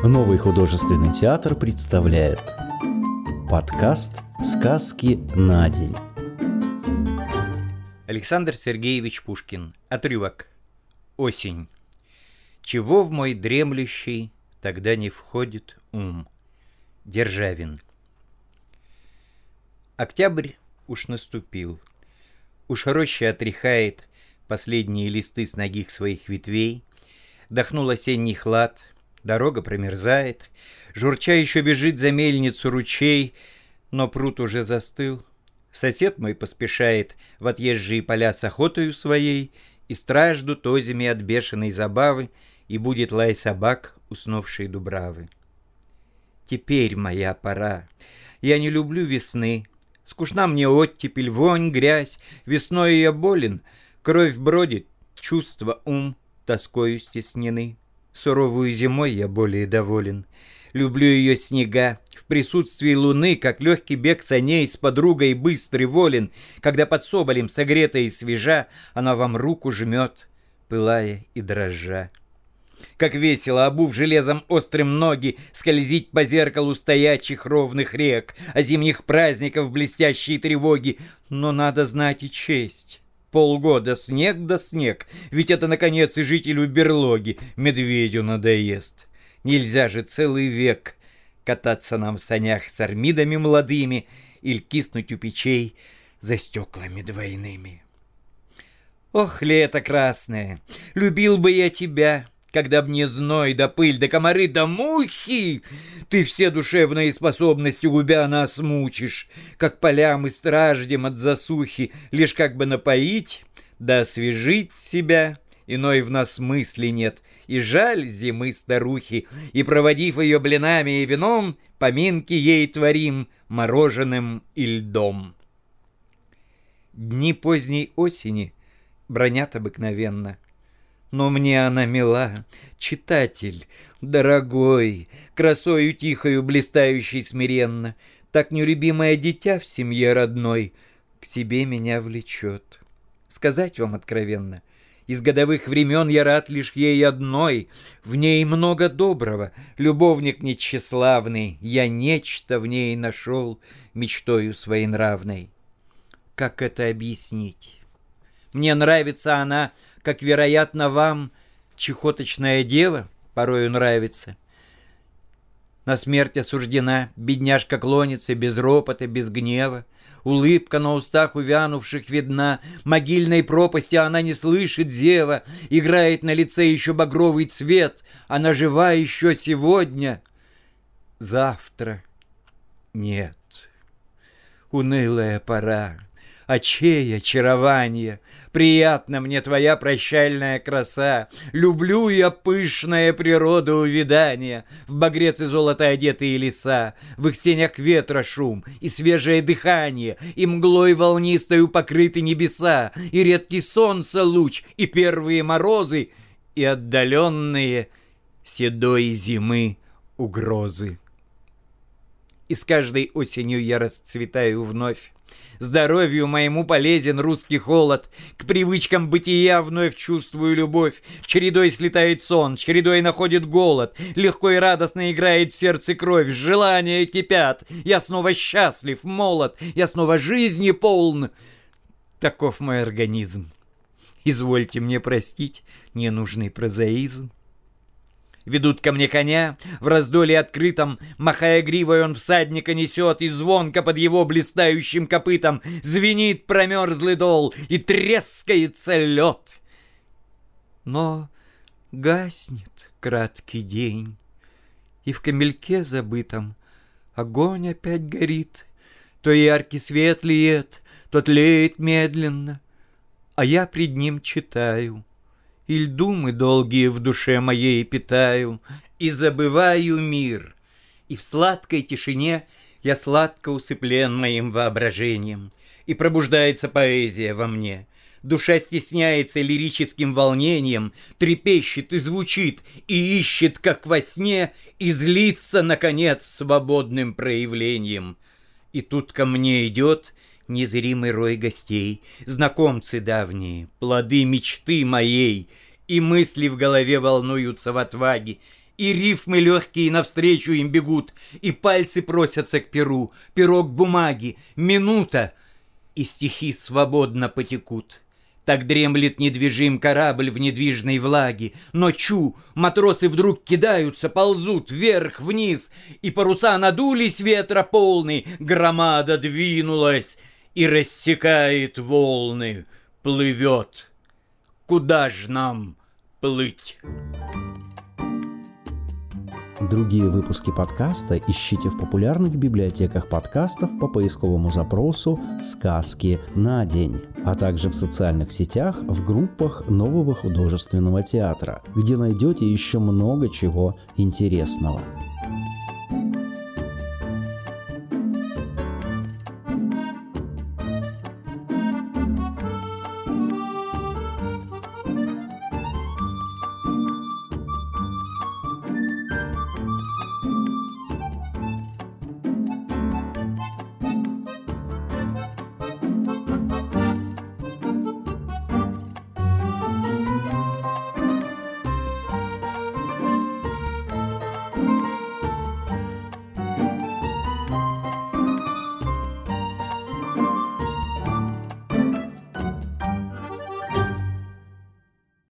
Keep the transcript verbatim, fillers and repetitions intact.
Новый художественный театр представляет подкаст «Сказки на день». Александр Сергеевич Пушкин. Отрывок. Осень. Чего в мой дремлющий тогда не входит ум? Державин. Октябрь уж наступил. Уж роща отряхает последние листы с ногих своих ветвей. Дохнул осенний хлад, дорога промерзает, журча еще бежит за мельницу ручей, но пруд уже застыл. Сосед мой поспешает в отъезжие поля с охотою своей, и стражду тозями от бешеной забавы, и будет лай собак, уснувшей дубравы. Теперь моя пора. Я не люблю весны. Скучна мне оттепель, вонь, грязь. Весною я болен, кровь бродит, чувства, ум тоскою стеснены. Суровую зимой я более доволен. Люблю ее снега, в присутствии луны, как легкий бег саней с подругой быстрый волен, когда под соболем согретая и свежа, она вам руку жмет, пылая и дрожа. Как весело, обув железом острым ноги, скользить по зеркалу стоячих ровных рек, а зимних праздников блестящие тревоги. Но надо знать и честь. Полгода снег да снег, ведь это, наконец, и жителю берлоги, медведю надоест. Нельзя же целый век кататься нам в санях с армидами молодыми или киснуть у печей за стеклами двойными. Ох, лето красное, любил бы я тебя, когда б не зной, да пыль, да комары, да мухи. Ты все душевные способности губя нас мучишь, как полям и страждем от засухи, лишь как бы напоить, да освежить себя. Иной в нас мысли нет, и жаль зимы старухи, и, проводив ее блинами и вином, поминки ей творим мороженым и льдом. Дни поздней осени бронят обыкновенно, но мне она мила, читатель, дорогой, красою тихою блистающей смиренно, так нелюбимое дитя в семье родной к себе меня влечет. Сказать вам откровенно, из годовых времен я рад лишь ей одной, в ней много доброго, любовник нетчеславный, я нечто в ней нашел мечтою своенравной. Как это объяснить? Мне нравится она, как, вероятно, вам чехоточная дева порою нравится. На смерть осуждена, бедняжка клонится без ропота, без гнева. Улыбка на устах увянувших видна, могильной пропасти она не слышит зева. Играет на лице еще багровый цвет, она жива еще сегодня. Завтра нет. Унылая пора. А чей очарование! Приятна мне твоя прощальная краса. Люблю я пышное природа увядания, в багрец и золото одетые леса, в их тенях ветра шум и свежее дыхание, и мглой волнистою покрыты небеса, и редкий солнца луч, и первые морозы, и отдаленные седой зимы угрозы. И с каждой осенью я расцветаю вновь. Здоровью моему полезен русский холод, к привычкам бытия вновь чувствую любовь. Чередой слетает сон, чередой находит голод, легко и радостно играет в сердце кровь, желания кипят, я снова счастлив, молод, я снова жизни полн. Таков мой организм. Извольте мне простить ненужный прозаизм. Ведут ко мне коня, в раздоле открытом, махая гривой он всадника несет, и звонко под его блистающим копытом звенит промерзлый дол, и трескается лед. Но гаснет краткий день, и в камельке забытом огонь опять горит, то яркий свет лиет, то тлеет медленно, а я пред ним читаю. И думы долгие в душе моей питаю, и забываю мир, и в сладкой тишине я сладко усыплен моим воображением, и пробуждается поэзия во мне. Душа стесняется лирическим волнением, трепещет и звучит, и ищет, как во сне, и злится, наконец, свободным проявлением. И тут ко мне идет незримый рой гостей, знакомцы давние, плоды мечты моей, и мысли в голове волнуются в отваге, и рифмы легкие навстречу им бегут, и пальцы просятся к перу, пирог бумаги, минута, и стихи свободно потекут. Так дремлет недвижим корабль в недвижной влаге. Но чу, матросы вдруг кидаются, ползут вверх-вниз, и паруса надулись ветра полны, громада двинулась и рассекает волны, плывет. Куда ж нам плыть? Другие выпуски подкаста ищите в популярных библиотеках подкастов по поисковому запросу «Сказки на день», а также в социальных сетях в группах Нового художественного театра, где найдете еще много чего интересного.